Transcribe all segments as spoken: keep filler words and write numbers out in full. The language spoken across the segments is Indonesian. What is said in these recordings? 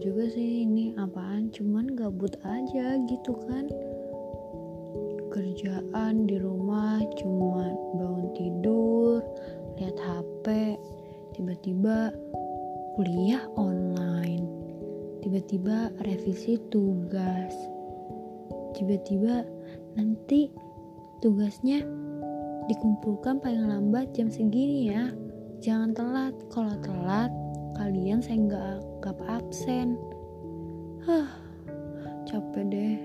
juga sih ini apaan, cuman gabut aja gitu kan. Kerjaan di rumah cuman bangun tidur, lihat H P, tiba-tiba kuliah online, tiba-tiba revisi tugas, tiba-tiba nanti tugasnya dikumpulkan paling lambat jam segini ya, jangan telat, kalau telat kalian saya nggak anggap absen. Hah, capek deh,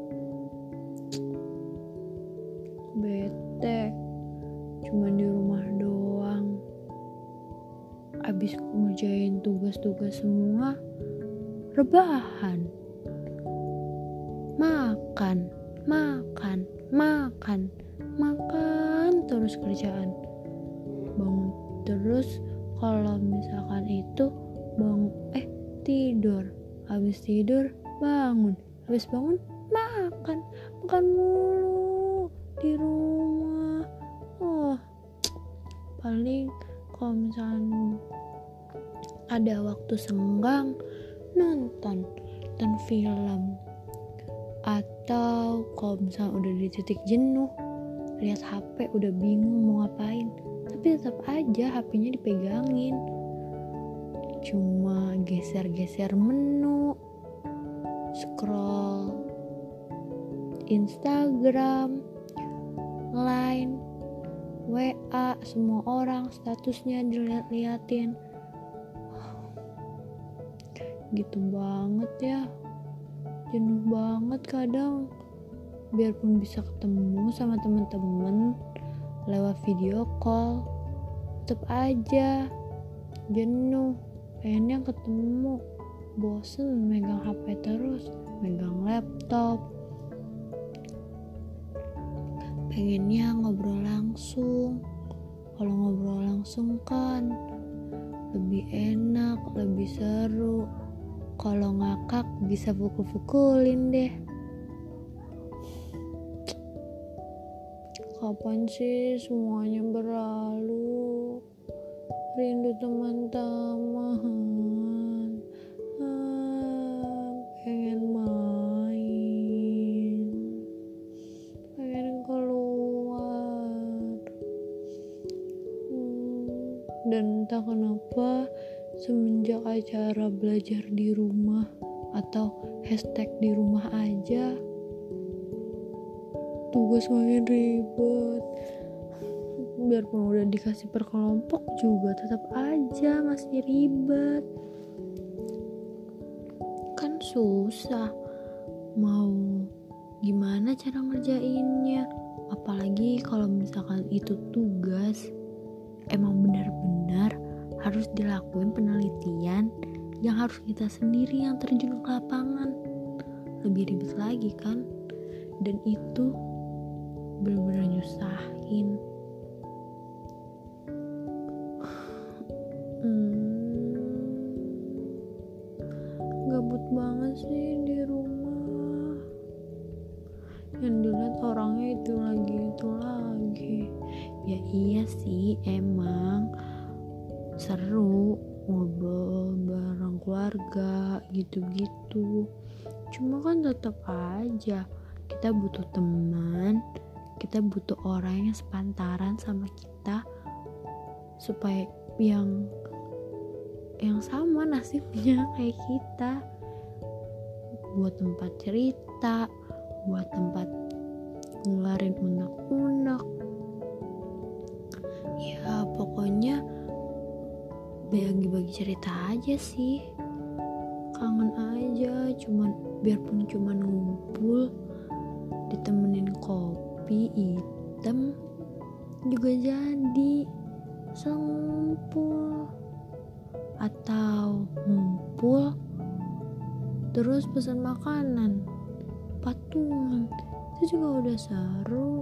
bete, cuman di rumah doang. Abis ngerjain tugas-tugas semua, rebahan, makan, makan, makan, makan terus kerjaan, bangun terus. Kalau misalkan itu bangun eh tidur, habis tidur bangun, habis bangun makan, makan mulu di rumah. Oh, paling kalau misalkan ada waktu senggang nonton nonton film, atau kalau misalnya udah di titik jenuh lihat H P udah bingung mau ngapain, tapi tetap aja H P-nya dipegangin, cuma geser-geser menu, scroll Instagram, Line, W A, semua orang statusnya dilihat-liatin. Gitu banget ya, jenuh banget kadang. Biarpun bisa ketemu sama teman-teman lewat video call, tetap aja jenuh, pengennya ketemu, bosen megang H P terus, megang laptop, pengennya ngobrol langsung. Kalau ngobrol langsung kan lebih enak, lebih seru. Kalau ngakak bisa pukul-pukulin deh. Kapan sih semuanya berlalu? Rindu teman-teman. Ah, pengen main, pengen keluar. Hmm, dan entah kenapa semenjak acara belajar di rumah atau hashtag di rumah aja, tugas makin ribet. Biarpun udah dikasih per kelompok juga tetap aja masih ribet. Kan susah, mau gimana cara ngerjainnya? Apalagi kalau misalkan itu tugas emang benar-benar harus dilakuin penelitian yang harus kita sendiri yang terjun ke lapangan. Lebih ribet lagi kan? Dan itu bener-bener nyusahin. hmm, Gabut banget sih di rumah. Yang dilihat orangnya itu lagi itu lagi. Ya iya sih, emang seru ngobrol bareng keluarga gitu-gitu, cuma kan tetap aja kita butuh teman, kita butuh orang yang sepantaran sama kita, supaya yang yang sama nasibnya kayak kita, buat tempat cerita, buat tempat ngeluarin unek-unek. Ya pokoknya bagi-bagi cerita aja sih, kangen aja. Cuman biarpun cuman ngumpul ditemenin kopi hitam juga jadi sempul, atau ngumpul terus pesan makanan patungan, itu juga udah seru.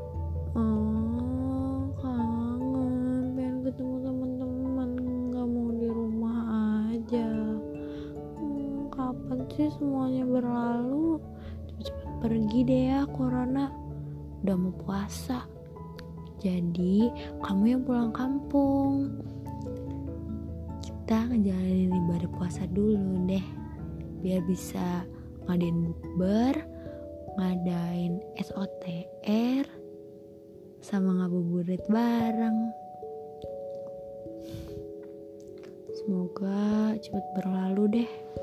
Oh, kangen, pengen ketemu teman-teman, nggak mau di rumah aja. Hmm, kapan sih semuanya berlalu? Cepet-cepet pergi deh ya corona, udah mau puasa. Jadi kamu yang pulang kampung, kita ngejalanin ibadah puasa dulu deh. biar bisa ngadain bukber, ngadain S O T R, sama ngabuburit bareng. Semoga cepat berlalu deh.